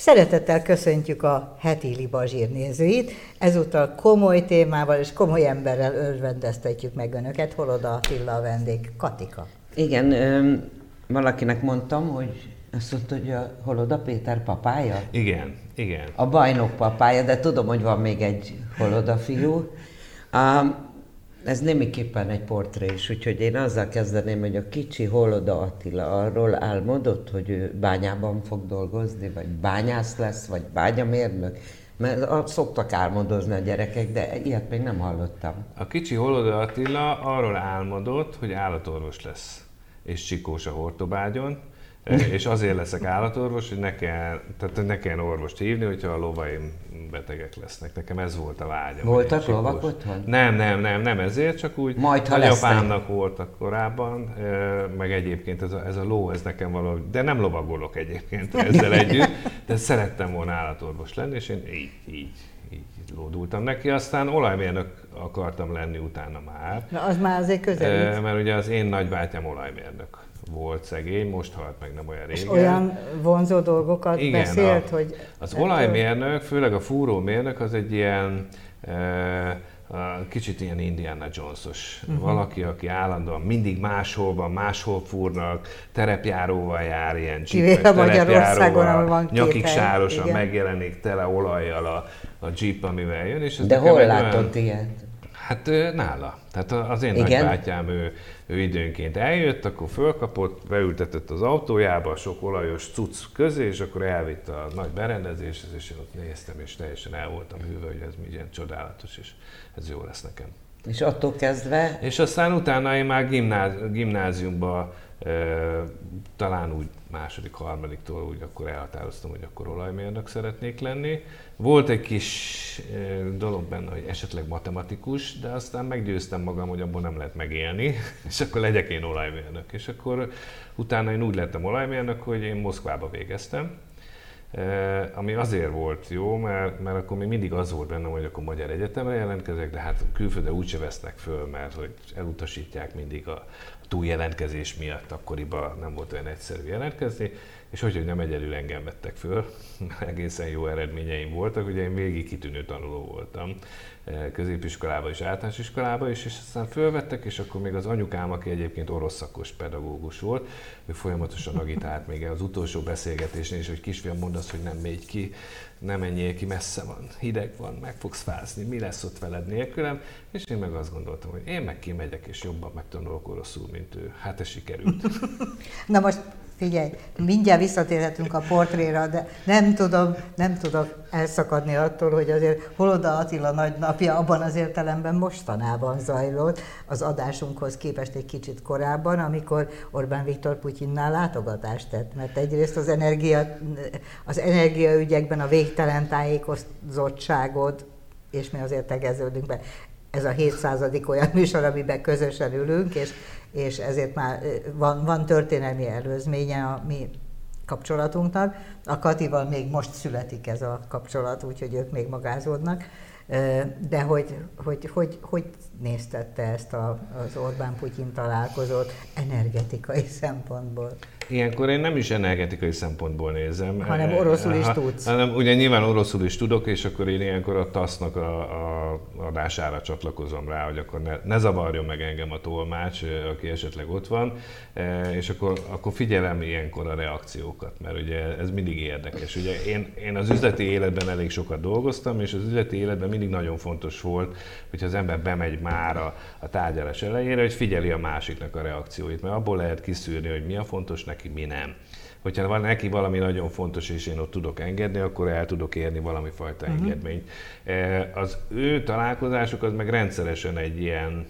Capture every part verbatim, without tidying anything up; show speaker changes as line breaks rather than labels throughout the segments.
Szeretettel köszöntjük a heti Libazsír nézőit. Ezúttal komoly témával és komoly emberrel örvendeztetjük meg önöket. Holoda Attila a vendég. Katika.
Igen, ö, valakinek mondtam, hogy azt mondta, hogy a Holoda Péter papája?
Igen, igen.
A bajnok papája, de tudom, hogy van még egy Holoda fiú. Um, ez némiképpen egy portré is, úgyhogy én azzal kezdeném, hogy a kicsi Holoda Attila arról álmodott, hogy ő bányában fog dolgozni, vagy bányász lesz, vagy bányamérnök. Mert szoktak álmodozni a gyerekek, de ilyet még nem hallottam.
A kicsi Holoda Attila arról álmodott, hogy állatorvos lesz, és csikós a Hortobágyon, és azért leszek állatorvos, hogy ne kell, tehát ne kell orvost hívni, hogyha a lovaim betegek lesznek. Nekem ez volt a vágyam.
Voltak lovak otthon?
Nem, nem, nem, nem ezért, csak úgy
majd, ha
nagyapámnak voltak korábban, meg egyébként ez a, ez a ló, ez nekem valahogy, de nem lovagolok egyébként ezzel együtt, de szerettem volna állatorvos lenni, és én így, így, így lódultam neki, aztán olajmérnök akartam lenni utána már.
Na, az már azért közelít.
Mert ugye az én nagybátyám olajmérnök volt szegény, most halt meg nem olyan régen.
És olyan vonzó dolgokat igen, beszélt, a, hogy...
Az olajmérnök, főleg a fúrómérnök az egy ilyen, e, kicsit ilyen Indiana Jones-os. Uh-huh. Valaki, aki állandóan mindig máshol van, máshol fúrnak, terepjáróval jár, ilyen
jeepes terepjáróval,
nyakig sárosan megjelenik tele olajjal a, a jeep, amivel jön. És
de hol látott olyan... ilyet?
Hát nála. Tehát az én nagybátyám, ő, ő időnként eljött, akkor fölkapott, beültetett az autójába a sok olajos cucc közé, és akkor elvitte a nagy berendezéshez, és én ott néztem, és teljesen el voltam hűve, hogy ez milyen csodálatos, és ez jó lesz nekem.
És attól kezdve?
És aztán utána én már gimnáz, gimnáziumba, e, talán úgy második, harmadiktól úgy akkor elhatároztam, hogy akkor olajmérnök szeretnék lenni. Volt egy kis e, dolog benne, hogy esetleg matematikus, de aztán meggyőztem magam, hogy abból nem lehet megélni, és akkor legyek én olajmérnök. És akkor utána én úgy lettem olajmérnök, hogy én Moszkvába végeztem, e, ami azért volt jó, mert, mert akkor még mindig az volt bennem, hogy akkor Magyar Egyetemre jelentkezek, de hát külföldre úgyse vesznek föl, mert hogy elutasítják mindig a túljelentkezés miatt, akkoriban nem volt olyan egyszerű jelentkezni, és hogy, hogy nem egyedül engem vettek föl, egészen jó eredményeim voltak, ugye én végig kitűnő tanuló voltam, középiskolában és általános iskolában is, és aztán fölvettek, és akkor még az anyukám, aki egyébként orosz szakos pedagógus volt, ő folyamatosan agitált még az utolsó beszélgetésnél is, hogy kisfiam, mondd azt, hogy nem megy ki, nem menjél ki, messze van, hideg van, meg fogsz fázni, mi lesz ott veled nélkülem, és én meg azt gondoltam, hogy én meg kimegyek, és jobban megtanulok oroszul, mint ő. Hát ez sikerült.
Na most figyelj, mindjárt visszatérhetünk a portréra, de nem tudom, nem tudok elszakadni attól, hogy azért Holoda Attila nagynapja abban az értelemben mostanában zajlott, az adásunkhoz képest egy kicsit korábban, amikor Orbán Viktor Putyinnál látogatást tett, mert egyrészt az, energia, az energiaügyekben a végtelen tájékozottságod, és mi azért tegeződünk be, ez a hétszázadik olyan műsor, amiben közösen ülünk, és, és ezért már van, van történelmi előzménye a mi kapcsolatunknak. A Katival még most születik ez a kapcsolat, úgyhogy ők még magázódnak. De hogy hogy, hogy, hogy néztette ezt a, az Orbán-Putyin találkozót energetikai szempontból?
Ilyenkor én nem is energetikai szempontból nézem.
Hanem oroszul is tudsz.
Hanem ugye nyilván oroszul is tudok, és akkor én ilyenkor a tasznak a, a adására csatlakozom rá, hogy akkor ne, ne zavarjon meg engem a tolmács, aki esetleg ott van, és akkor, akkor figyelem ilyenkor a reakciókat, mert ugye ez mindig érdekes. Ugye én, én az üzleti életben elég sokat dolgoztam, és az üzleti életben mindig nagyon fontos volt, hogyha az ember bemegy már a, a tárgyalás elejére, hogy figyeli a másiknak a reakcióit, mert abból lehet kiszűrni, hogy mi a fontos neki, mi nem. Hogyha van neki valami nagyon fontos, és én ott tudok engedni, akkor el tudok érni valami fajta uh-huh. engedményt. Az ő találkozásuk az meg rendszeresen egy ilyen,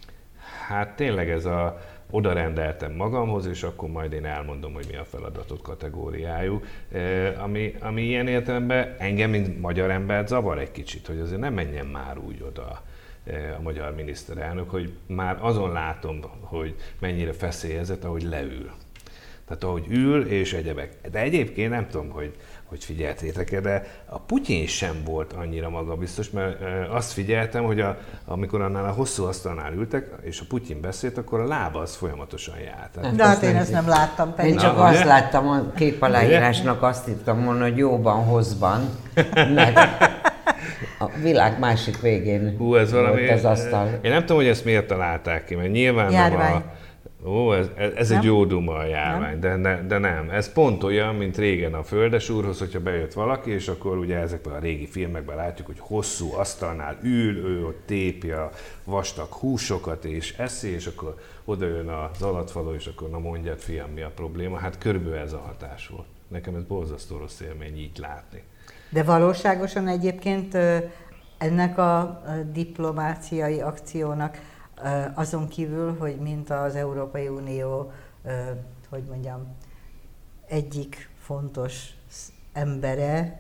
hát tényleg ez a oda rendeltem magamhoz, és akkor majd én elmondom, hogy mi a feladatot kategóriájú. Ami, ami ilyen értelemben engem, mint magyar embert zavar egy kicsit, hogy azért nem menjen már úgy oda a magyar miniszterelnök, hogy már azon látom, hogy mennyire feszélyezett, ahogy leül. Tehát ahogy ül és egyebek. De egyébként nem tudom, hogy, hogy figyeltétek-e, de a Putyin sem volt annyira magabiztos, mert azt figyeltem, hogy a, amikor annál a hosszú asztalnál ültek, és a Putyin beszélt, akkor a lába az folyamatosan járt.
De hát én ezt nem láttam pedig.
Én csak
Na,
azt
ugye?
láttam a képaláírásnak, azt írtam volna, hogy jóban, hozban, meg a világ másik végén
Hú, ez valami,
volt az asztal.
Én nem tudom, hogy ezt miért találták ki, mert nyilván
Járvány.
nem a... Ó, ez, ez egy jó duma a járvány, de, ne, de nem. Ez pont olyan, mint régen a Földesúrhoz, hogyha bejött valaki, és akkor ugye ezekben a régi filmekben látjuk, hogy hosszú asztalnál ül, ő ott tépi a vastag húsokat és eszi, és akkor oda jön az alattvaló, és akkor na mondjad, fiam, mi a probléma. Hát körülbelül ez a hatás volt. Nekem ez borzasztó rossz élmény így látni.
De valóságosan egyébként ö, ennek a ö, diplomáciai akciónak ö, azon kívül, hogy mint az Európai Unió, ö, hogy mondjam, egyik fontos embere,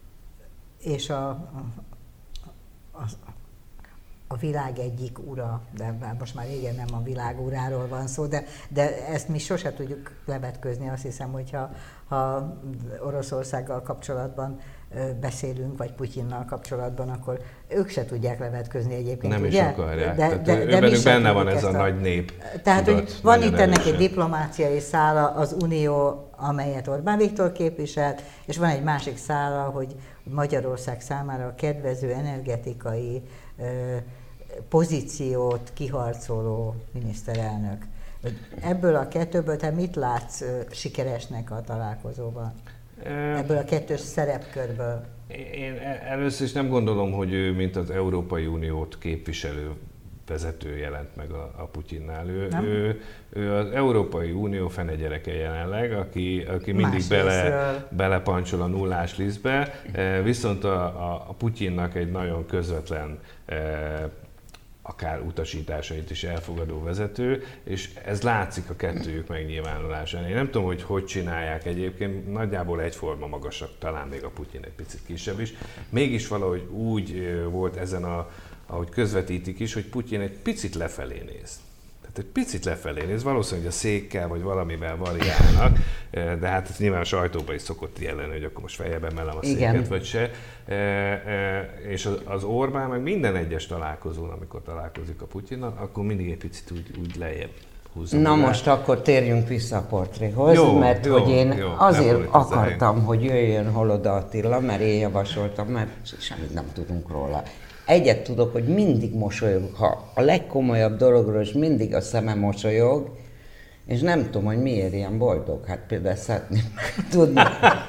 és a, a, a világ egyik ura, de most már régen nem a világ uráról van szó, de, de ezt mi sose tudjuk levetközni, azt hiszem, hogyha ha Oroszországgal kapcsolatban beszélünk, vagy Putyinnal kapcsolatban, akkor ők se tudják levetközni egyébként,
Nem
ugye?
is akarják.
De,
Tehát
de,
ő,
de
bennük benne van
tudjuk
ez a,
ezt
a nagy nép.
Tehát,
tudat,
hogy van
nagyon
itt ennek
erősen.
egy diplomáciai szála, az Unió, amelyet Orbán Viktor képviselt, és van egy másik szála, hogy Magyarország számára kedvező energetikai ö, pozíciót kiharcoló miniszterelnök. Ebből a kettőből te mit látsz ö, sikeresnek a találkozóban? Ebből a kettős szerepkörből?
Én először is nem gondolom, hogy ő, mint az Európai Uniót képviselő vezető jelent meg a, a Putyinnál. Ő, ő, ő az Európai Unió fene gyereke jelenleg, aki, aki mindig bele, belepancsol a nullás lisztbe, viszont a, a, a Putyinnak egy nagyon közvetlen akár utasításait is elfogadó vezető, és ez látszik a kettőjük megnyilvánulásán. Én nem tudom, hogy hogy csinálják egyébként, nagyjából egyforma magasak, talán még a Putyin egy picit kisebb is. Mégis valahogy úgy volt ezen, a, ahogy közvetítik is, hogy Putyin egy picit lefelé néz. Tehát egy picit lefelé néz, valószínűleg a székkel vagy valamivel variálnak, de hát ez nyilván a sajtóban is szokott jelenni, hogy akkor most feljebb emelem a széket, igen, vagy se. És az Orbán meg minden egyes találkozón, amikor találkozik a Putyinnal, akkor mindig egy picit úgy, úgy lejjebb húzza.
Na
magát.
most akkor térjünk vissza a portréhoz,
Jó,
mert
jó,
hogy én
jó,
azért akartam, hogy jöjjön Holoda Attila, mert én javasoltam, mert semmit nem tudunk róla. Egyet tudok, hogy mindig mosolyog, ha a legkomolyabb dologról is mindig a szeme mosolyog, és nem tudom, hogy miért ilyen boldog. Hát például szeretném tudni.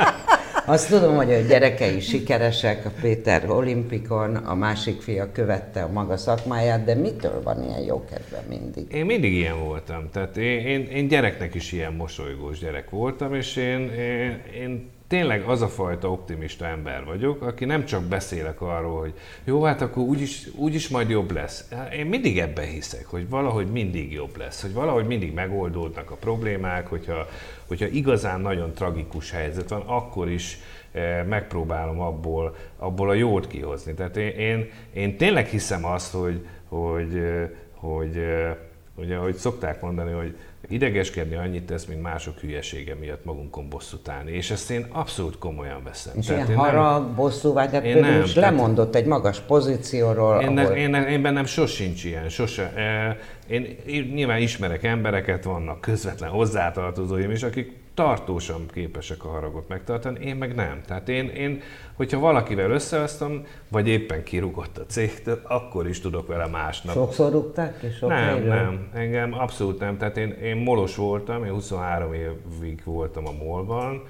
Azt tudom, hogy a gyerekei sikeresek, a Péter olimpikon, a másik fia követte a maga szakmáját, de mitől van ilyen jó kedve mindig?
Én mindig ilyen voltam. Tehát én, én, én gyereknek is ilyen mosolygós gyerek voltam, és én, én, én tényleg az a fajta optimista ember vagyok, aki nem csak beszélek arról, hogy jó, hát akkor úgyis, úgyis majd jobb lesz. Én mindig ebben hiszek, hogy valahogy mindig jobb lesz, hogy valahogy mindig megoldódnak a problémák, hogyha, hogyha igazán nagyon tragikus helyzet van, akkor is eh, megpróbálom abból, abból a jót kihozni. Tehát én, én, én tényleg hiszem azt, hogy, hogy, hogy ugye, ahogy szokták mondani, hogy idegeskedni annyit tesz, mint mások hülyesége miatt magunkon bosszút állni, és ezt én abszolút komolyan veszem.
És
tehát
ilyen harag, bosszúvágy,
én nem,
is lemondott egy magas pozícióról.
Én,
ahol...
én, én bennem sosincs ilyen, sose. Én, én nyilván ismerek embereket, vannak közvetlen hozzátartozóim is, akik tartósan képesek a haragot megtartani, én meg nem. Tehát én, én hogyha valakivel összevesztem, vagy éppen kirúgott a cégtől, akkor is tudok vele másnap.
Sokszor rúgták ki? Sok
nem,
helyről?
nem, engem abszolút nem. Tehát én, én molos voltam, én huszonhárom évig voltam a MOL-ban,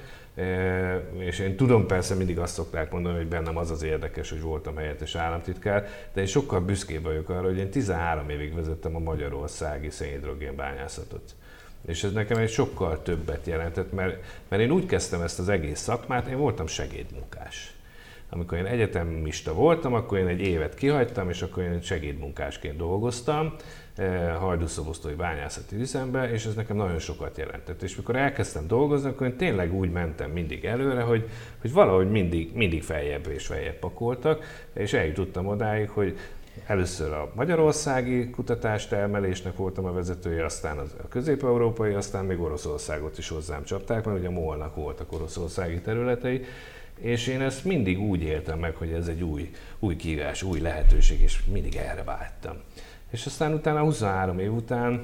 és én tudom, persze mindig azt szokták mondani, hogy bennem az az érdekes, hogy voltam helyettes államtitkár, de én sokkal büszkébb vagyok arra, hogy én tizenhárom évig vezettem a magyarországi szénhidrogénbányászatot. És ez nekem egy sokkal többet jelentett, mert, mert én úgy kezdtem ezt az egész szakmát, én voltam segédmunkás. Amikor én egyetemista voltam, akkor én egy évet kihagytam, és akkor én segédmunkásként dolgoztam, hajdúszobosztói bányászati üzemben, és ez nekem nagyon sokat jelentett. És mikor elkezdtem dolgozni, akkor én tényleg úgy mentem mindig előre, hogy, hogy valahogy mindig, mindig feljebb és feljebb pakoltak, és eljutottam odáig, hogy először a magyarországi kutatástermelésnek voltam a vezetője, aztán a közép-európai, aztán még Oroszországot is hozzám csapták, mert ugye a MOL-nak voltak oroszországi területei, és én ezt mindig úgy éltem meg, hogy ez egy új, új kihívás, új lehetőség, és mindig erre vágytam. És aztán utána huszonhárom év után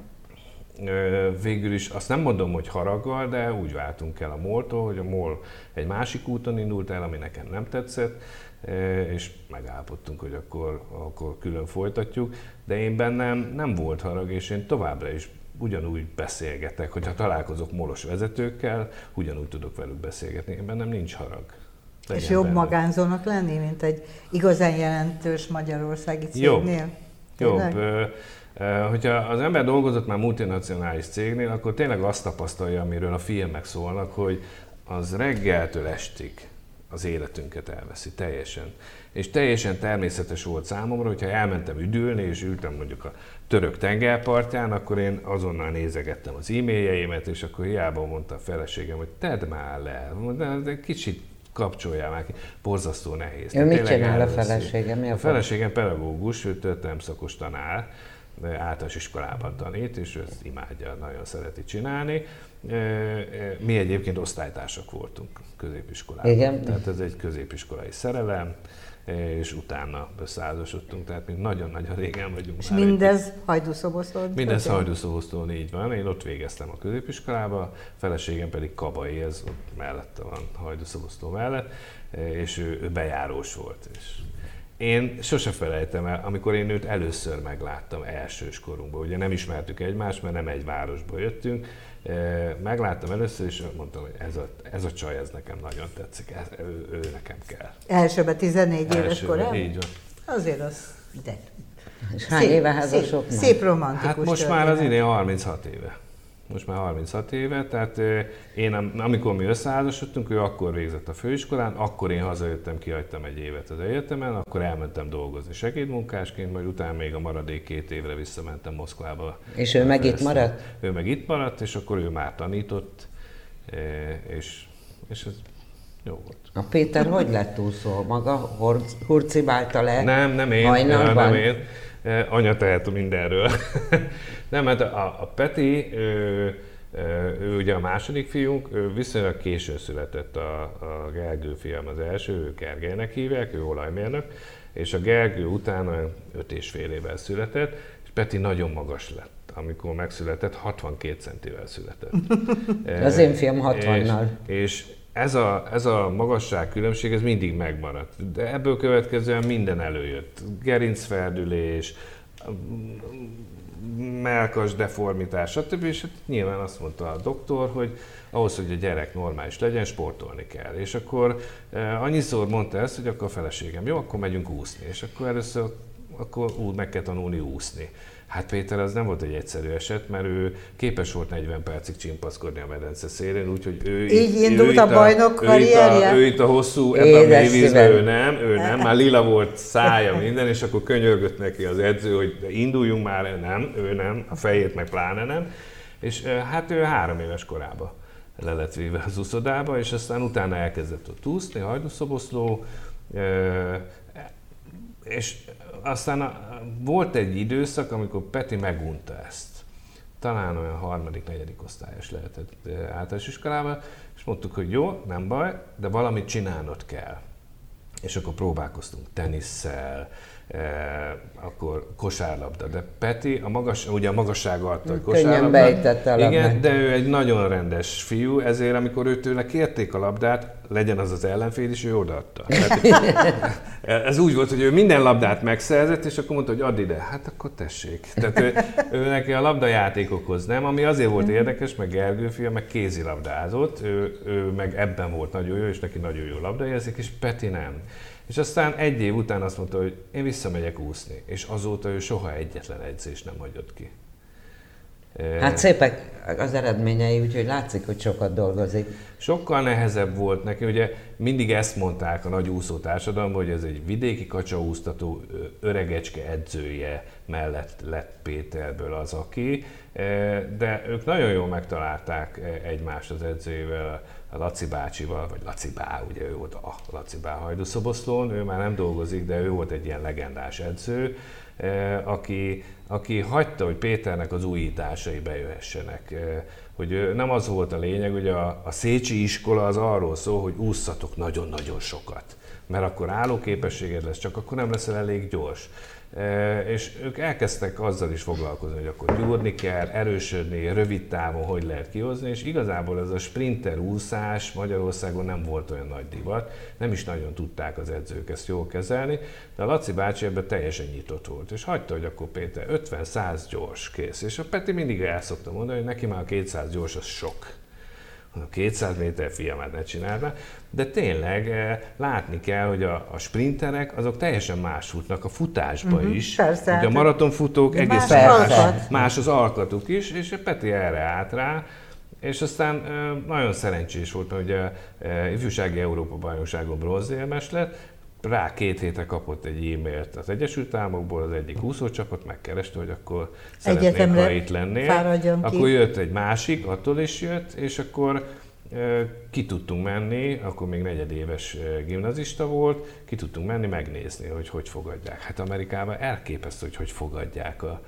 végül is, azt nem mondom, hogy haraggal, de úgy váltunk el a MOL-tól, hogy a MOL egy másik úton indult el, ami nekem nem tetszett, és megállapodtunk, hogy akkor, akkor külön folytatjuk, de én bennem nem volt harag, és én továbbra is ugyanúgy beszélgetek, hogyha találkozok molos vezetőkkel, ugyanúgy tudok velük beszélgetni, én bennem nincs harag.
Legyen és jobb benne magánzónak lenni, mint egy igazán jelentős magyarországi cégnél?
Jobb. Jobb. Hogyha az ember dolgozott már multinacionális cégnél, akkor tényleg azt tapasztalja, amiről a filmek szólnak, hogy az reggeltől estig az életünket elveszi teljesen. És teljesen természetes volt számomra, hogyha elmentem üdülni, és ültem mondjuk a török tengerpartján, akkor én azonnal nézegettem az e-mailjeimet, és akkor hiába mondta a feleségem, hogy tedd már le, de kicsit kapcsoljál már ki. Borzasztó nehéz.
Ő mit csinál a feleségem? Mi a,
a feleségem pedagógus, ő történelemszakos tanár, általános iskolában tanít, és ő ezt imádja, nagyon szereti csinálni. Mi egyébként osztálytársak voltunk középiskolában.
Igen.
Tehát ez egy középiskolai szerelem, és utána összeházasodtunk, tehát még nagyon-nagyon régen vagyunk.
És mindez Hajdúszoboszlón?
Mindez Hajdúszoboszlón, így van. Én ott végeztem a középiskolába, feleségem pedig Kabai, ez ott mellette van, Hajdúszoboszló mellett, és ő, ő bejárós volt. És én sose felejtem el, amikor én őt először megláttam elsős korunkban. Ugye nem ismertük egymást, mert nem egy városból jöttünk. Megláttam először, és mondtam, hogy ez a, ez a csaj, ez nekem nagyon tetszik, ez, ő, ő nekem kell.
Elsőben tizennégy éves korában?
Így van.
Azért az, de...
És hány szép, éve házasok?
Szép, szép romantikus
Hát most
történet.
már az idén harminchat éve. Most már harminchat éve, tehát én, amikor mi összeházasodtunk, ő akkor végzett a főiskolán, akkor én hazajöttem, kihagytam egy évet az egyetemen, akkor elmentem dolgozni segédmunkásként, majd utána még a maradék két évre visszamentem Moszkvába.
És ő meg itt maradt?
Ő meg itt maradt, és akkor ő már tanított, és, és ez jó volt.
A Péter hogy lett úszó? Maga hurcibálta le
Nem, nem én,
hajnalban?
nem én. Anya tehet mindenről. Nem, mert a, a Peti, ő, ő ugye a második fiunk, ő viszonylag későn született, a, a Gergő fiam az első, ő Gergelynek hívják, ő olajmérnök, és a Gergő után olyan öt és fél évvel született, és Peti nagyon magas lett. Amikor megszületett, hatvankét centivel született.
Az én fiam hatvannal.
És, és ez a, ez a magasság különbség, ez mindig megmaradt, de ebből következően minden előjött. Gerincferdülés, mellkas deformitás, stb. És hát nyilván azt mondta a doktor, hogy ahhoz, hogy a gyerek normális legyen, sportolni kell. És akkor eh, annyiszor mondta ezt, hogy akkor a feleségem, jó, akkor megyünk úszni. És akkor először akkor úgy meg kell tanulni úszni. Hát Péter, az nem volt egy egyszerű eset, mert ő képes volt negyven percig csimpaszkodni a medence szélén, úgyhogy ő
így
itt,
indult
ő
a bajnok karrierje?
Ő itt a hosszú, ebben a mélyvízben ő nem, ő nem, már lila volt szája minden, és akkor könyörgött neki az edző, hogy induljunk már, nem, ő nem, a fejét meg pláne nem. És hát ő három éves korában le lett véve az úszodába, és aztán utána elkezdett ott úszni, Hajdúszoboszló, és aztán a, volt egy időszak, amikor Peti megunta ezt. Talán olyan harmadik, negyedik osztályos lehetett általános iskolában, és mondtuk, hogy jó, nem baj, de valamit csinálnod kell. És akkor próbálkoztunk tenisszel, eh, akkor kosárlabda, de Peti, a magas, ugye a magassága adta, hogy kosárlabda.
Könnyen bejtette a labdát.
Igen, de ő egy nagyon rendes fiú, ezért amikor ő tőle kérték a labdát, legyen az az ellenfél is, ő odaadta. Tehát, ez úgy volt, hogy ő minden labdát megszerzett, és akkor mondta, hogy add ide. Hát akkor tessék. Tehát ő, ő neki a labdajátékokhoz nem, ami azért volt érdekes, meg Gergő fia, meg kézilabdázott, ő, ő meg ebben volt nagyon jó, és neki nagyon jó labdaérzik, és Peti nem. És aztán egy év után azt mondta, hogy én visszamegyek úszni, és azóta ő soha egyetlen edzést nem hagyott ki.
Hát szépek az eredményei, úgyhogy látszik, hogy sokat dolgozik.
Sokkal nehezebb volt neki, ugye mindig ezt mondták a nagy úszó társadalomban, hogy ez egy vidéki kacsaúsztató öregecske edzője mellett lett Péterből az, aki, de ők nagyon jól megtalálták egymást az edzőjével, a Laci bácsival, vagy Laci bá, ugye ő volt a Laci bá Hajdúszoboszlón, ő már nem dolgozik, de ő volt egy ilyen legendás edző, aki, aki hagyta, hogy Péternek az újításai bejöhessenek. Hogy nem az volt a lényeg, hogy a, a Szécsi iskola az arról szól, hogy ússzatok nagyon-nagyon sokat, mert akkor állóképességed lesz, csak akkor nem leszel elég gyors. E, és ők elkezdtek azzal is foglalkozni, hogy akkor gyúrni kell, erősödni, rövid távon hogy lehet kihozni, és igazából ez a sprinter úszás Magyarországon nem volt olyan nagy divat, nem is nagyon tudták az edzők ezt jól kezelni, de a Laci bácsi ebben teljesen nyitott volt, és hagyta, hogy akkor Péter ötven-száz gyors, kész. És a Peti mindig el szokta mondani, hogy neki már a kétszáz gyors az sok. A kétszáz méter fiamát ne csinálna, de tényleg látni kell, hogy a, a sprinterek azok teljesen más futnak a futásba uh-huh, is.
Persze,
ugye a maratonfutók egész más, más, más az alkatuk is, és a Peti erre állt rá, és aztán nagyon szerencsés volt, mert ugye ifjúsági Európa-bajnokságon bronzérmes lett, rá két hétre kapott egy e-mailt az Egyesült Államokból, az egyik úszócsapat megkereste, hogy akkor szeretnék, ha itt lennél. Akkor jött egy másik, attól is jött, és akkor e, ki tudtunk menni, akkor még negyedéves gimnazista volt, ki tudtunk menni megnézni, hogy hogy fogadják. Hát Amerikában elképesztő, hogy hogy fogadják a,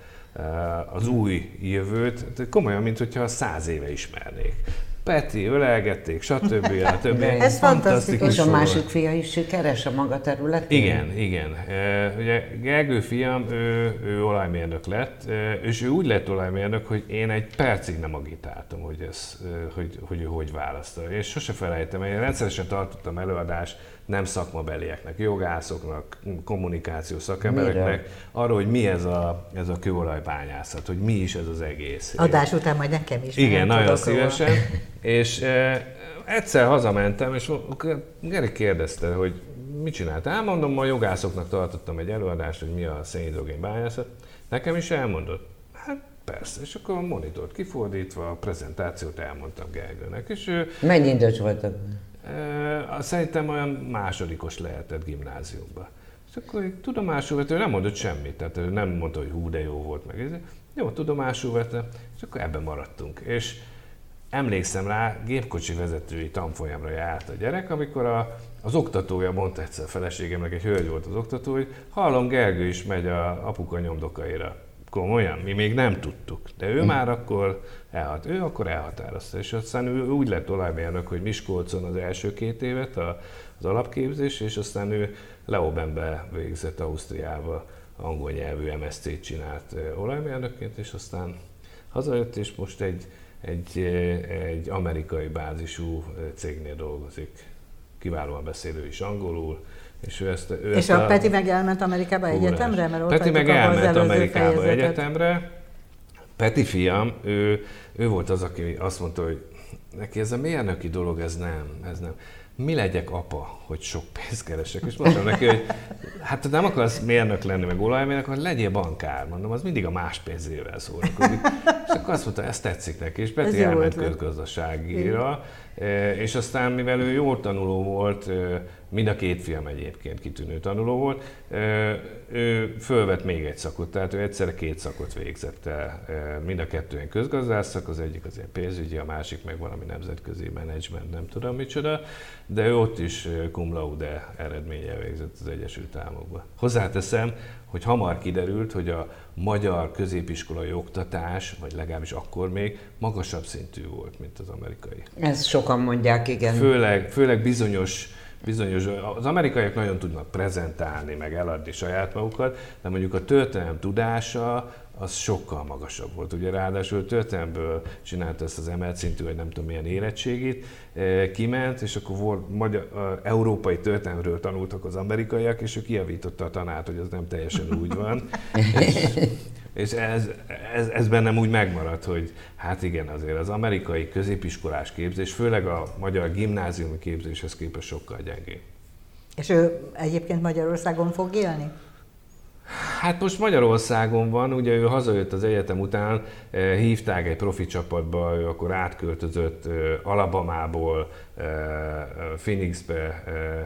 az új jövőt, komolyan, mint hogyha száz éve ismernék. Peti, ölelgették, stb. stb.
Ez fantasztikus.
És a másik fia is sikeres a maga területén?
Igen, igen. E, ugye Gergő fiam, ő, ő olajmérnök lett, és ő úgy lett olajmérnök, hogy én egy percig nem agitáltam, hogy, ez, hogy, hogy ő hogy választja. És sose felejtem, én rendszeresen tartottam előadást nem szakmabelieknek, jogászoknak, kommunikáció szakembereknek, arról, hogy mi ez a, ez a kőolajbányászat, hogy mi is ez az egész.
Adás után majd nekem is.
Igen, nagyon szívesen. Róla. És e, egyszer hazamentem, és Geri kérdezte, hogy mit csinált. Elmondom, a jogászoknak tartottam egy előadást, hogy mi a szénhidrogén bányászat. Nekem is elmondott. Hát persze, és akkor a monitort kifordítva, a prezentációt elmondtam Gergőnek. És ő,
mennyi idős voltak?
E, szerintem olyan másodikos lehetett gimnáziumban. És akkor tudomásul vette, ő nem mondott semmit, tehát ő nem mondta, hogy hú, de jó volt meg. Jó, tudomásul vette, és akkor ebben maradtunk. És emlékszem rá, gépkocsi vezetői tanfolyamra járt a gyerek, amikor a, az oktatója mondta egyszer a feleségemnek, egy hölgy volt az oktató, hogy hallom, Gergő is megy a apuka nyomdokaira. Komolyan, mi még nem tudtuk, de ő már akkor, elhat, ő akkor elhatározta, és aztán ő úgy lett olajmérnök, hogy Miskolcon az első két évet az alapképzés, és aztán ő Leobenbe végzett Ausztriába, angol nyelvű em es cét csinált olajmérnökként, és aztán hazajött, és most egy, egy, egy amerikai bázisú cégnél dolgozik. Kiválóan beszélő is angolul. És, ő ezt, ő
és
ezt
a, a Peti meg elment Amerikába Órás. egyetemre? Mert ott
Peti meg elment Amerikába
fejezetet.
egyetemre. Peti fiam, ő, ő volt az, aki azt mondta, hogy neki ez a mérnöki dolog, ez nem, ez nem. Mi legyek apa, hogy sok pénzt keresek? És mondtam neki, hogy hát nem akarsz mérnök lenni, meg olajmérnök, akkor legyél bankár. Mondom, az mindig a más pénzével szórakozik. És akkor azt mondta, ez tetszik neki, és Peti elment közgazdaságira. És aztán, mivel ő jó tanuló volt, mind a két fiam egyébként kitűnő tanuló volt, ő fölvett még egy szakot, tehát ő egyszerre két szakot végzett el. Mind a kettő ilyen közgazdász szak, az egyik azért pénzügyi, a másik meg valami nemzetközi menedzsment, nem tudom micsoda, de ő ott is cum laude eredménnyel végzett az Egyesült Államokban. Hozzáteszem, hogy hamar kiderült, hogy a magyar középiskolai oktatás, vagy legalábbis akkor még magasabb szintű volt, mint az amerikai.
Ezt sokan mondják, igen.
Főleg, főleg bizonyos, bizonyos, az amerikaiak nagyon tudnak prezentálni, meg eladni saját magukat, de mondjuk a történelem tudása az sokkal magasabb volt. Ugye ráadásul történelemből csinálta ezt az emelt szintű, vagy nem tudom milyen érettségit, kiment, és akkor volt, magyar, európai történelemről tanultak az amerikaiak, és ő kijavította a tanát, hogy az nem teljesen úgy van. és és ez, ez, ez bennem úgy megmaradt, hogy hát igen, azért az amerikai középiskolás képzés, főleg a magyar gimnáziumi képzéshez képest sokkal gyengébb.
És ő egyébként Magyarországon fog élni?
Hát most Magyarországon van, ugye ő hazajött az egyetem után, hívták egy profi csapatba, ő akkor átköltözött Alabamából Phoenixbe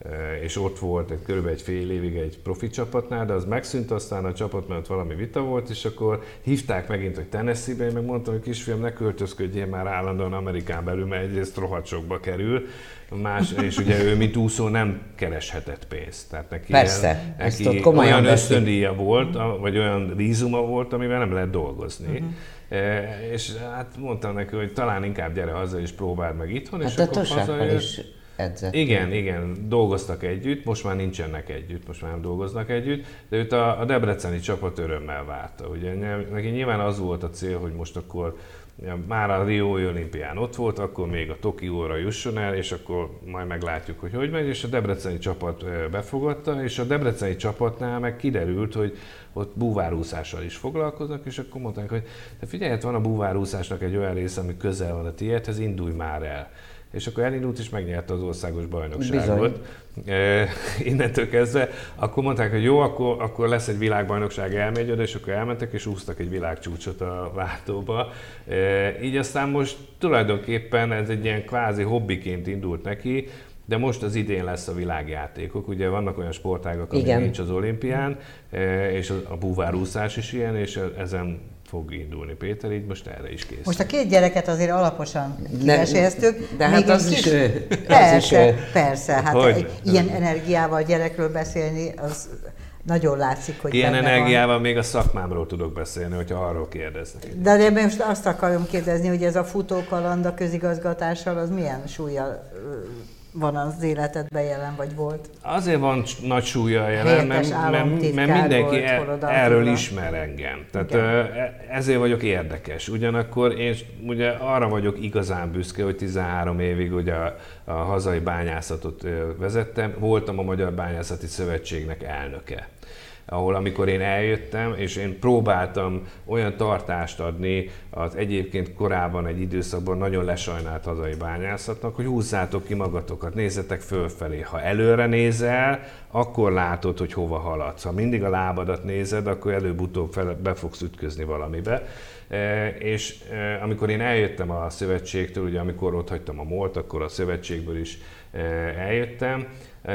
és ott volt egy, körülbelül egy fél évig egy profi csapatnál, de az megszűnt, aztán a csapat mellett valami vita volt, és akkor hívták megint, hogy Tennessee-be, én meg mondtam, hogy kisfiam, ne költözködjél már állandóan Amerikán belül, mert egyrészt rohadt sokba kerül, más, és ugye ő, mint úszó, nem kereshetett pénzt. Tehát neki,
Persze,
ilyen, neki olyan ösztöndíja volt, vagy olyan vízuma volt, amivel nem lehet dolgozni. Uh-huh. E, és hát mondtam neki, hogy talán inkább gyere haza és próbáld meg itthon,
hát
és akkor hazajött.
Edzett.
Igen, igen, dolgoztak együtt, most már nincsenek együtt, most már nem dolgoznak együtt, de őt a, a debreceni csapat örömmel várta. Ugye neki nyilván az volt a cél, hogy most akkor már a Riói olimpián ott volt, akkor még a Tokióra jusson el, és akkor majd meglátjuk, hogy hogy megy, és a debreceni csapat befogadta, és a debreceni csapatnál meg kiderült, hogy ott búvárúszással is foglalkoznak, és akkor mondták, hogy de figyelj, hát van a búvárúszásnak egy olyan része, ami közel van a tiédhez, indulj már el. És akkor elindult és megnyerte az országos bajnokságot. E, innentől kezdve, akkor mondták, hogy jó, akkor, akkor lesz egy világbajnokság, elmegy oda, és akkor elmentek és úsztak egy világcsúcsot a Váltóba. E, így aztán most tulajdonképpen ez egy ilyen kvázi hobbiként indult neki, de most az idén lesz a világjátékok. Ugye vannak olyan sportágak, amik nincs az olimpián, és a búvárúszás is ilyen, és ezen fog indulni Péter, így most erre is kész.
Most a két gyereket azért alaposan kiveséztük.
De, de hát az, kis... is ő.
Persze,
az is ő.
persze. Hát
hogy?
Ilyen energiával gyerekről beszélni, az nagyon látszik, hogy
ilyen energiával
van.
Még a szakmámról tudok beszélni, hogyha arról kérdeznek.
De, de most azt akarom kérdezni, hogy ez a futókaland a közigazgatással, az milyen súlya van az életedben jelen, vagy volt?
Azért van nagy súlya jelen, mert, mert, mert mindenki volt, e, erről ismer engem. Tehát igen. Ezért vagyok érdekes. Ugyanakkor én ugye arra vagyok igazán büszke, hogy tizenhárom évig ugye a, a hazai bányászatot vezettem. Voltam a Magyar Bányászati Szövetségnek elnöke, ahol amikor én eljöttem, és én próbáltam olyan tartást adni az egyébként korábban egy időszakban nagyon lesajnált hazai bányászatnak, hogy húzzátok ki magatokat, nézzetek fölfelé. Ha előre nézel, akkor látod, hogy hova haladsz. Ha mindig a lábadat nézed, akkor előbb-utóbb fel, be fogsz ütközni valamibe. E, és e, amikor én eljöttem a szövetségtől, ugye amikor ott hagytam a MOL-t, akkor a szövetségből is e, eljöttem,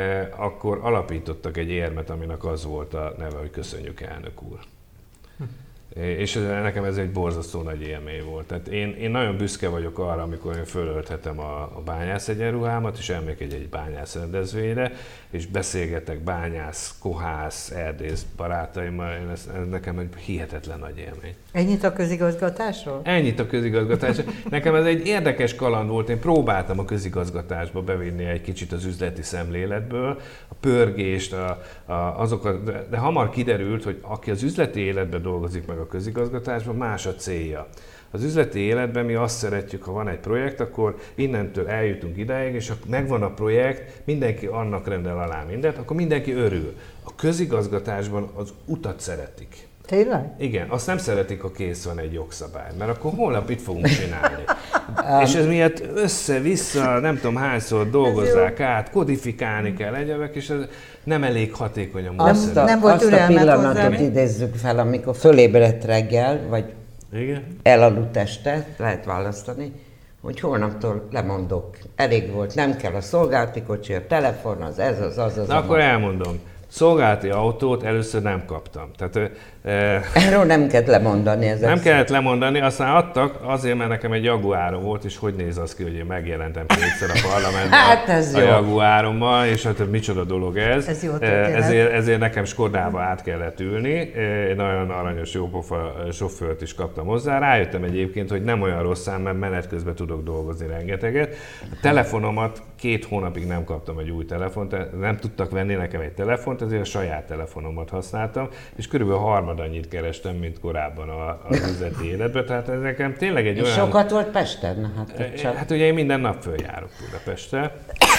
akkor alapítottak egy érmet, aminek az volt a neve, hogy köszönjük, elnök úr. Hm. És nekem ez egy borzasztó nagy élmény volt. Tehát én, én nagyon büszke vagyok arra, amikor én fölölthetem a, a bányász egyenruhámat, és elmegyek egy, egy bányász rendezvényre, és beszélgetek bányász, kohász, erdész barátaimmal, ez, ez nekem egy hihetetlen nagy élmény.
Ennyit a közigazgatásról?
Ennyit a közigazgatásról. Nekem ez egy érdekes kaland volt, én próbáltam a közigazgatásba bevinni egy kicsit az üzleti szemléletből, a pörgést, a, a, azokat, de, de hamar kiderült, hogy aki az üzleti életben dolgozik meg a közigazgatásban, más a célja. Az üzleti életben mi azt szeretjük, ha van egy projekt, akkor innentől eljutunk idáig, és ha megvan a projekt, mindenki annak rendel alá mindent, akkor mindenki örül. A közigazgatásban az utat szeretik.
Tényleg?
Igen, azt nem szeretik, ha kész van egy jogszabály, mert akkor holnap itt fogunk csinálni. És ez miatt össze-vissza, nem tudom hányszor dolgozzák át, kodifikálni kell egyebek, és ez nem elég hatékony a
azt a, nem volt azt a pillanatot idézzük fel, amikor fölébredt reggel, vagy igen? Elaludt este, lehet választani, hogy holnaptól lemondok. Elég volt, nem kell a szolgálati kocsi, a telefon, az ez, az, az, az.
Na akkor elmondom. Szolgálati autót először nem kaptam. Tehát, e,
Erről nem kellett lemondani.
Nem szerint. kellett lemondani, aztán adtak azért, mert nekem egy Jaguárom volt, és hogy néz az ki, hogy én megjelentem kétszer a parlamentben
hát ez
a Jaguárommal, és hát micsoda dolog ez.
Ez jó
ezért, ezért nekem Skodába át kellett ülni. Egy nagyon aranyos, jópofa sofőrt is kaptam hozzá. Rájöttem egyébként, hogy nem olyan rossz szám, mert menet közben tudok dolgozni rengeteget. A telefonomat két hónapig nem kaptam egy új telefont, nem tudtak venni nekem egy telefont, ezért a saját telefonomat használtam, és körülbelül harmad annyit kerestem, mint korábban az üzleti életben, tehát ez nekem tényleg egy
és
olyan...
sokat volt Pesten? Hát, csak...
hát ugye én minden nap följárok Budapestre.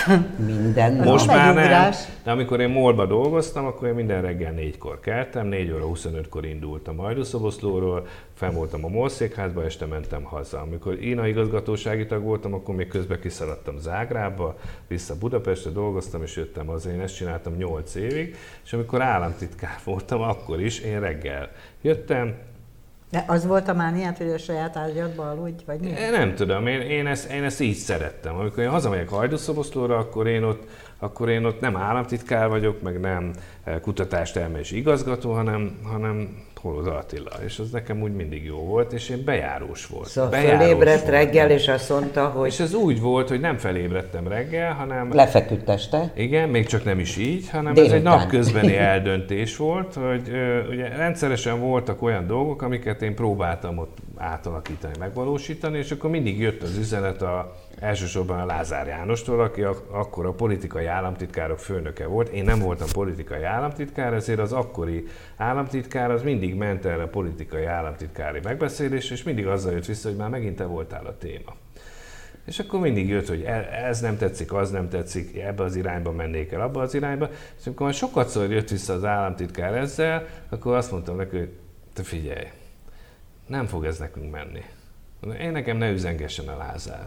Minden nap?
Most már nem, de amikor én MOL-ba dolgoztam, akkor én minden reggel négykor keltem, négy óra huszonötkor indultam Hajdúszoboszlóról, fenn voltam a MOL székházba, este mentem haza. Amikor én a igazgatósági tag voltam, akkor még közben kiszaladtam Zágrába, vissza Budapestre dolgoztam, és jöttem haza. Én ezt csináltam nyolc évig, és amikor államtitkár voltam, akkor is én reggel jöttem,
De az volt a mániát, hogy a saját ágyadba aludj, vagy mi?
Én nem tudom, én, én, ezt, én ezt így szerettem. Amikor én hazamegyek Hajdúszoboszlóra, akkor én ott akkor én ott nem államtitkár vagyok, meg nem kutatástermelési igazgató, hanem, hanem Holoda Attila, és az nekem úgy mindig jó volt, és én bejárós volt.
Szóval
bejárós
felébredt
volt.
reggel, és azt mondta, hogy...
És ez úgy volt, hogy nem felébredtem reggel, hanem...
Lefeküdt este.
Igen, még csak nem is így, hanem
Délután.
Ez egy napközbeni eldöntés volt, hogy ugye rendszeresen voltak olyan dolgok, amiket én próbáltam ott átalakítani, megvalósítani, és akkor mindig jött az üzenet a elsősorban a Lázár Jánostól, aki ak- akkor a politikai államtitkárok főnöke volt. Én nem voltam politikai államtitkár, ezért az akkori államtitkár az mindig ment erre a politikai államtitkári megbeszélésre, és mindig azzal jött vissza, hogy már megint te voltál a téma. És akkor mindig jött, hogy ez nem tetszik, az nem tetszik, ebbe az irányba mennék el, abba az irányba. És amikor már sokatszor jött vissza az államtitkár ezzel, akkor azt mondtam neki, hogy te figyelj, nem fog ez nekünk menni. Én nekem ne üzengessen a Lázár.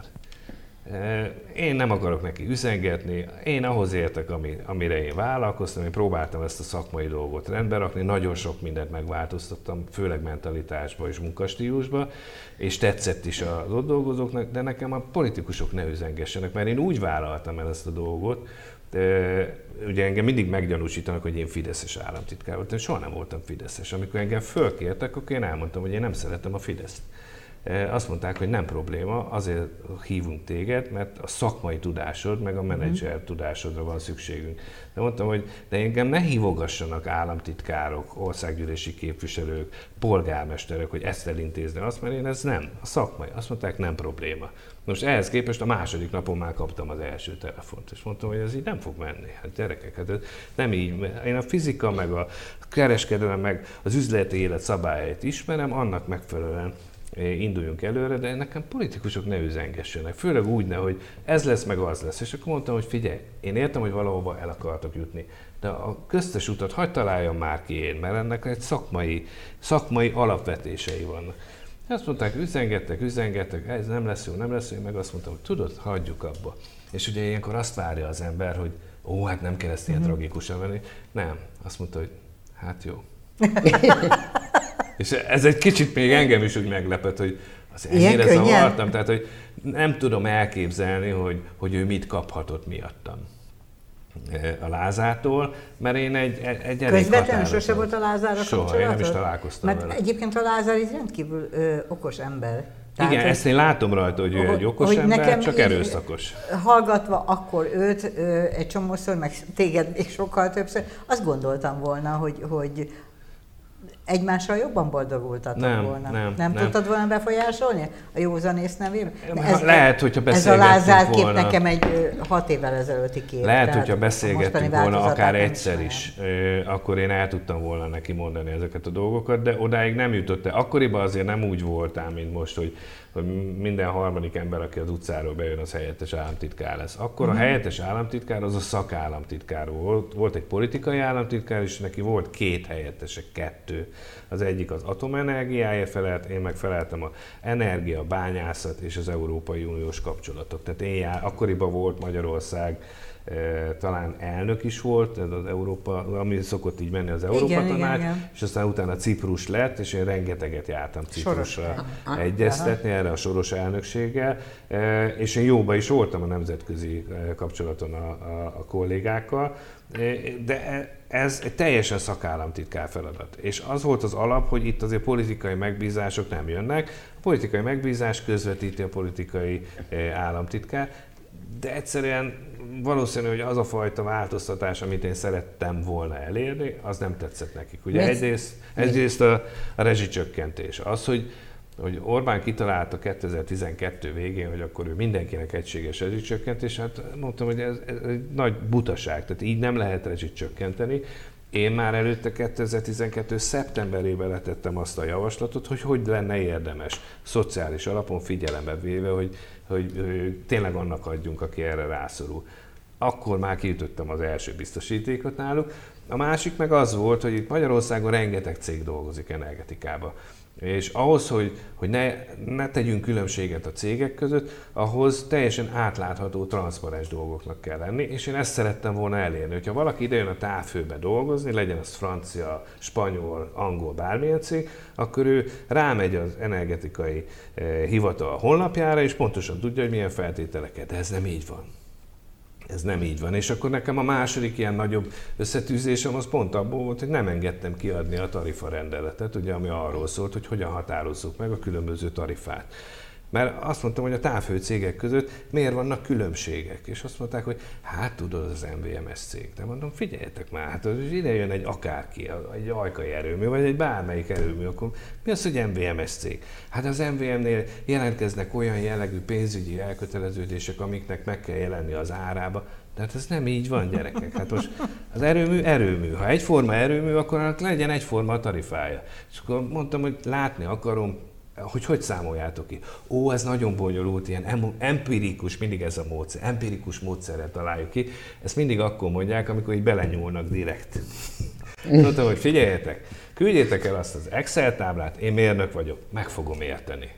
Én nem akarok neki üzengetni, én ahhoz értek, ami, amire én vállalkoztam, én próbáltam ezt a szakmai dolgot rendbe rakni, nagyon sok mindent megváltoztattam, főleg mentalitásba és munkastílusba, és tetszett is az ott dolgozóknak, de nekem a politikusok ne üzengessenek, mert én úgy vállaltam el ezt a dolgot, de ugye engem mindig meggyanúsítanak, hogy én fideszes államtitkár voltam, soha nem voltam fideszes. Amikor engem fölkértek, akkor én elmondtam, hogy én nem szeretem a Fideszt. Azt mondták, hogy nem probléma, azért hívunk téged, mert a szakmai tudásod, meg a menedzser tudásodra van szükségünk. De mondtam, hogy de engem ne hívogassanak államtitkárok, országgyűlési képviselők, polgármesterek, hogy ezt elintézni, azt, mert én ez nem. A szakmai. Azt mondták, nem probléma. Most ehhez képest a második napon már kaptam az első telefont, és mondtam, hogy ez így nem fog menni. Hát gyerekek, hát ez nem így. Én a fizika, meg a kereskedelem, meg az üzleti élet szabályait ismerem, annak megfelelően induljunk előre, de nekem politikusok ne üzengessenek. Főleg úgy ne, hogy ez lesz, meg az lesz. És akkor mondtam, hogy figyelj, én értem, hogy valahova el akartok jutni, de a köztes utat hagyd találjam már ki én, mert ennek egy szakmai, szakmai alapvetései vannak. Azt mondták, üzengettek, üzengettek, ez nem lesz jó, nem lesz jó, meg azt mondtam, hogy tudod, hagyjuk abba. És ugye ilyenkor azt várja az ember, hogy ó, hát nem kell ezt ilyen mm-hmm. tragikusan venni. Nem, azt mondta, hogy hát jó. És ez egy kicsit még engem is úgy meglepett, hogy az ennyire zavartam, tehát hogy nem tudom elképzelni, hogy, hogy ő mit kaphatott miattam a Lázártól, mert én egy, egy elég
közvetlenül sose volt a Lázárra
soha, én nem is találkoztam
mert
vele.
Egyébként a Lázár egy rendkívül ö, okos ember.
Tehát, igen, ezt én látom rajta, hogy ő hogy, egy okos ember, csak erőszakos.
Hallgatva akkor őt ö, egy csomószor, meg téged még sokkal többször, azt gondoltam volna, hogy, hogy egymással jobban boldogultatok
nem,
volna.
Nem,
nem,
nem
tudtad volna befolyásolni a józanész nevében?
Ez, lehet, hogyha beszélgettünk
volna. Ez a Lázár kép
volna,
nekem egy ö, hat évvel ezelőtti kép.
Lehet, hogyha beszélgettünk volna akár egyszer is, ö, akkor én el tudtam volna neki mondani ezeket a dolgokat, de odáig nem jutott el. Akkoriban azért nem úgy voltál, mint most, hogy hogy minden harmadik ember, aki az utcáról bejön, az helyettes államtitkár lesz. Akkor uh-huh. a helyettes államtitkár az a szakállamtitkár volt. Volt egy politikai államtitkár, és neki volt két helyettese, kettő. Az egyik az atomenergiáért felelt, én meg feleltem az energia, bányászat és az Európai Uniós kapcsolatok. Tehát én jár, akkoriban volt Magyarország, talán elnök is volt, az Európa, ami szokott így menni az Európa
igen,
Tanács,
igen, igen.
és aztán utána Ciprus lett, és én rengeteget jártam Ciprusra egyeztetni erre a soros elnökséggel, és én jóba is voltam a nemzetközi kapcsolaton a, a, a kollégákkal, de ez egy teljesen szakállamtitkár feladat. És az volt az alap, hogy itt azért politikai megbízások nem jönnek, a politikai megbízás közvetíti a politikai államtitkár, de egyszerűen valószínű, hogy az a fajta változtatás, amit én szerettem volna elérni, az nem tetszett nekik. Ugye egyrészt, egyrészt a, a rezsicsökkentés. Az, hogy, hogy Orbán kitalálta kétezer-tizenkettő végén, hogy akkor ő mindenkinek egységes rezsicsökkentés, hát mondtam, hogy ez, ez egy nagy butaság, tehát így nem lehet rezsit csökkenteni. Én már előtte kétezer-tizenkettő szeptemberében letettem azt a javaslatot, hogy hogy lenne érdemes szociális alapon figyelembe véve, hogy, hogy, hogy tényleg annak adjunk, aki erre rászorul. Akkor már kiütöttem az első biztosítékot náluk. A másik meg az volt, hogy itt Magyarországon rengeteg cég dolgozik energetikában. És ahhoz, hogy, hogy ne, ne tegyünk különbséget a cégek között, ahhoz teljesen átlátható, transzparens dolgoknak kell lenni, és én ezt szerettem volna elérni. Hogyha valaki idejön a távfőbe dolgozni, legyen az francia, spanyol, angol, bármilyen cég, akkor ő rámegy az energetikai eh, hivatal honlapjára, és pontosan tudja, hogy milyen feltételeket. De ez nem így van. Ez nem így van. És akkor nekem a második ilyen nagyobb összetűzésem az pont abból volt, hogy nem engedtem kiadni a tarifarendeletet, ugye, ami arról szólt, hogy hogyan határozzuk meg a különböző tarifát. Mert azt mondtam, hogy a távhő cégek között miért vannak különbségek. És azt mondták, hogy hát tudod, az em vé em es cég. De mondom, figyeljetek már, hát ide jön egy akárki, egy ajkai erőmű, vagy egy bármelyik erőmű, akkor mi az, hogy em vé em es cég? Hát az em vé em-nél jelentkeznek olyan jellegű pénzügyi elköteleződések, amiknek meg kell jelenni az árába. De hát ez nem így van, gyerekek. Hát most az erőmű erőmű. Ha egyforma erőmű, akkor legyen egyforma a tarifája. És akkor mondtam, hogy látni akarom, hogy hogy számoljátok ki? Ó, ez nagyon bonyolult, ilyen empirikus, mindig ez a módszer, empirikus módszerrel találjuk ki. Ezt mindig akkor mondják, amikor így belenyúlnak direkt. Mondtam, hogy figyeljetek, küldjétek el azt az Excel táblát, én mérnök vagyok, meg fogom érteni.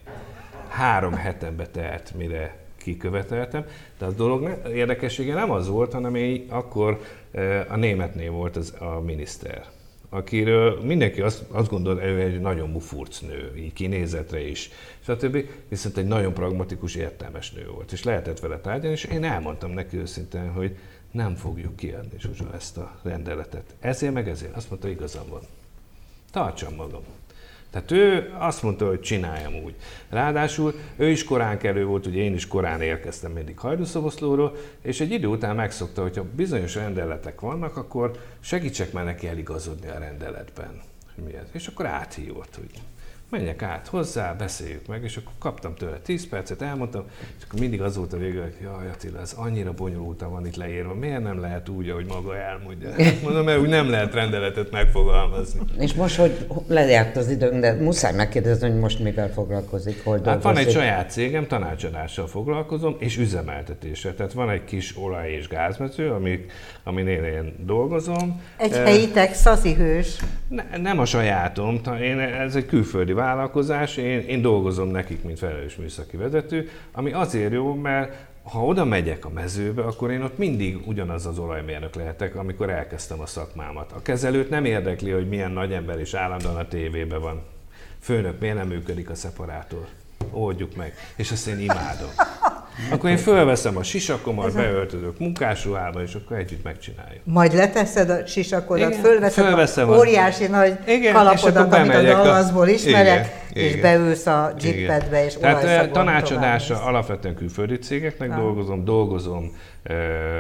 Három hetembe telt, mire kiköveteltem, de a dolog érdekessége nem az volt, hanem én akkor a németnél volt az a miniszter, akiről mindenki azt, azt gondolta, hogy ő egy nagyon mufurc nő, így kinézetre is, stb. Viszont egy nagyon pragmatikus, értelmes nő volt, és lehetett vele tárgyalni, és én elmondtam neki őszintén, hogy nem fogjuk kiadni, Zsuzsa, ezt a rendeletet. Ezért meg ezért. Azt mondta, igazam van. Tartsam magam. Tehát ő azt mondta, hogy csináljam úgy. Ráadásul ő is korán kelő volt, ugye én is korán érkeztem mindig Hajdúszoboszlóról, és egy idő után megszokta, hogyha bizonyos rendeletek vannak, akkor segítsek már neki eligazodni a rendeletben. Hogy mi ez. És akkor áthívott, hogy menjek át hozzá, beszéljük meg, és akkor kaptam tőle tíz percet, elmondtam, és akkor mindig az volt a vége, hogy jaj, Attila, ez annyira bonyolultan van itt leírva, miért nem lehet úgy, ahogy maga elmondja? Mondom, mert úgy nem lehet rendeletet megfogalmazni.
És most, hogy lejárt az időnk, de muszáj megkérdezni, hogy most mivel foglalkozik, hol dolgozik?
Hát van egy saját cégem, tanácsadással foglalkozom, és üzemeltetéssel. Tehát van egy kis olaj- és gázmező, amik, aminél én dolgozom.
Egy helyi texasi hős.
Ne, nem a sajátom, én, ez egy külföldi vállalkozás, én, én dolgozom nekik, mint felelős műszaki vezető, ami azért jó, mert ha oda megyek a mezőbe, akkor én ott mindig ugyanaz az olajmérnök lehetek, amikor elkezdtem a szakmámat. A kezelőt nem érdekli, hogy milyen nagy ember és állandóan a tévében van. Főnök, miért nem működik a szeparátor? Oldjuk meg. És azt én imádom. Akkor én fölveszem a sisakomat, beöltözök munkásruhába, és akkor együtt megcsináljuk.
Majd leteszed a sisakodat,
igen,
fölveszed a óriási a... nagy igen, kalapodat, amit a Dallasból ismerek, igen, és igen, beülsz a jeepedbe, és olajszagon
Tehát tanácsadásra alapvetően külföldi cégeknek ah. dolgozom, dolgozom uh,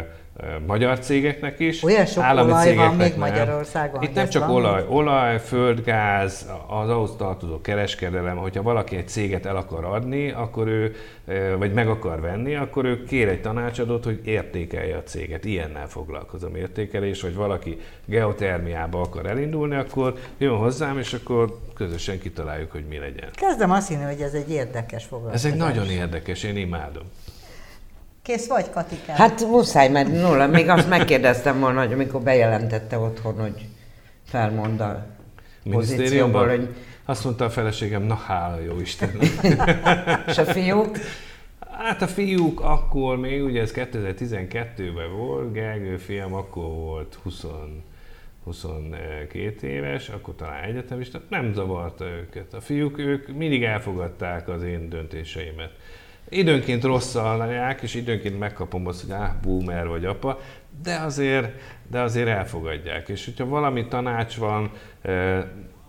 magyar cégeknek is.
Olyan sok
állami
olaj van még
nem.
Magyarországon.
Itt nem csak van olaj, olaj, földgáz, az ahhoz tartozó kereskedelem, hogyha valaki egy céget el akar adni, akkor ő, vagy meg akar venni, akkor ő kér egy tanácsadót, hogy értékelje a céget. Ilyennel foglalkozom, értékelés, hogy valaki geotermiába akar elindulni, akkor jön hozzám, és akkor közösen kitaláljuk, hogy mi legyen.
Kezdem azt hinni, hogy ez egy érdekes foglalkozás.
Ez egy nagyon érdekes, én imádom.
Kész vagy, Katikám?
Hát muszáj, mert nulla. Még azt megkérdeztem volna, hogy amikor bejelentette otthon, hogy felmond a pozícióból, hogy...
Azt mondta a feleségem, na hála jó Isten.
És a fiúk?
Hát a fiúk akkor még, ugye ez kétezer-tizenkettőben volt, Gergő fiam akkor volt húsz, huszonkét éves, akkor talán egyetemista, nem zavarta őket. A fiúk, ők mindig elfogadták az én döntéseimet. Időnként rosszalják, és időnként megkapom azt, hogy áh, boomer vagy apa, de azért, de azért elfogadják. És hogyha valami tanács van, eh,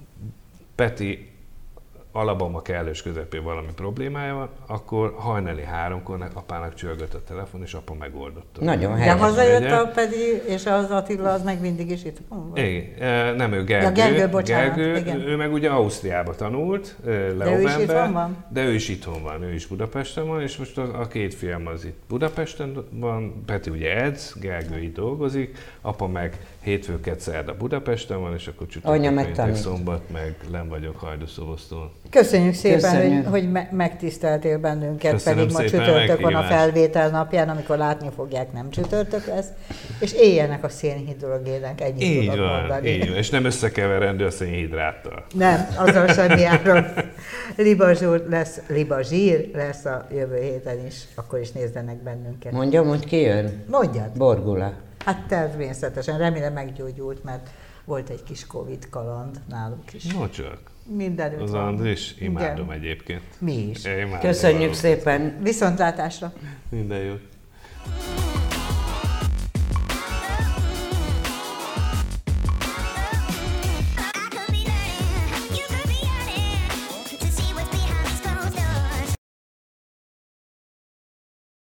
Peti Alabama kellős közepén valami problémája van, akkor hajnali háromkor apának csörgött a telefon, és apa megoldotta.
Nagyon helyes.
De hazajött a Peti, és az Attila az meg mindig is itt van?
Igen, nem ő, Gergő.
Ja, Gergő, bocsánat,
Gergő,
igen.
Ő meg ugye Ausztriába tanult, Leobenbe.
De ő is itthon van?
De ő is itthon van, ő is Budapesten van, és most a, a két fiam az itt Budapesten van, Peti ugye edz, Gergő itt dolgozik, apa meg hétfőket szerda Budapesten van, és akkor csütörtök, péntek, szombat, meg len vagyok Hajdúszobosztón.
Köszönjük szépen,
Köszönjük.
hogy, hogy me- megtiszteltél bennünket,
Köszönöm
pedig ma
szépen a
csütörtök van a
meghívást.
felvétel napján, amikor látni fogják, nem csütörtök lesz, és éljenek a szénhidrogének, ennyit
Így
tudok
van,
mondani.
így van, és nem összekeverendő a szénhidráttal.
Nem, azzal semmi áron. Libazsúr lesz, libazsír lesz a jövő héten is, akkor is nézzenek bennünket.
Mondjam, hogy ki jön?
Mondjad.
Borgula.
Hát természetesen, remélem meggyógyult, mert volt egy kis Covid kaland náluk is.
No csak.
Mindenütt
Az
van.
Andris, imádom
Igen.
egyébként.
Mi is.
Én imádom
Köszönjük
valóban.
szépen.
Viszontlátásra!
Minden jót.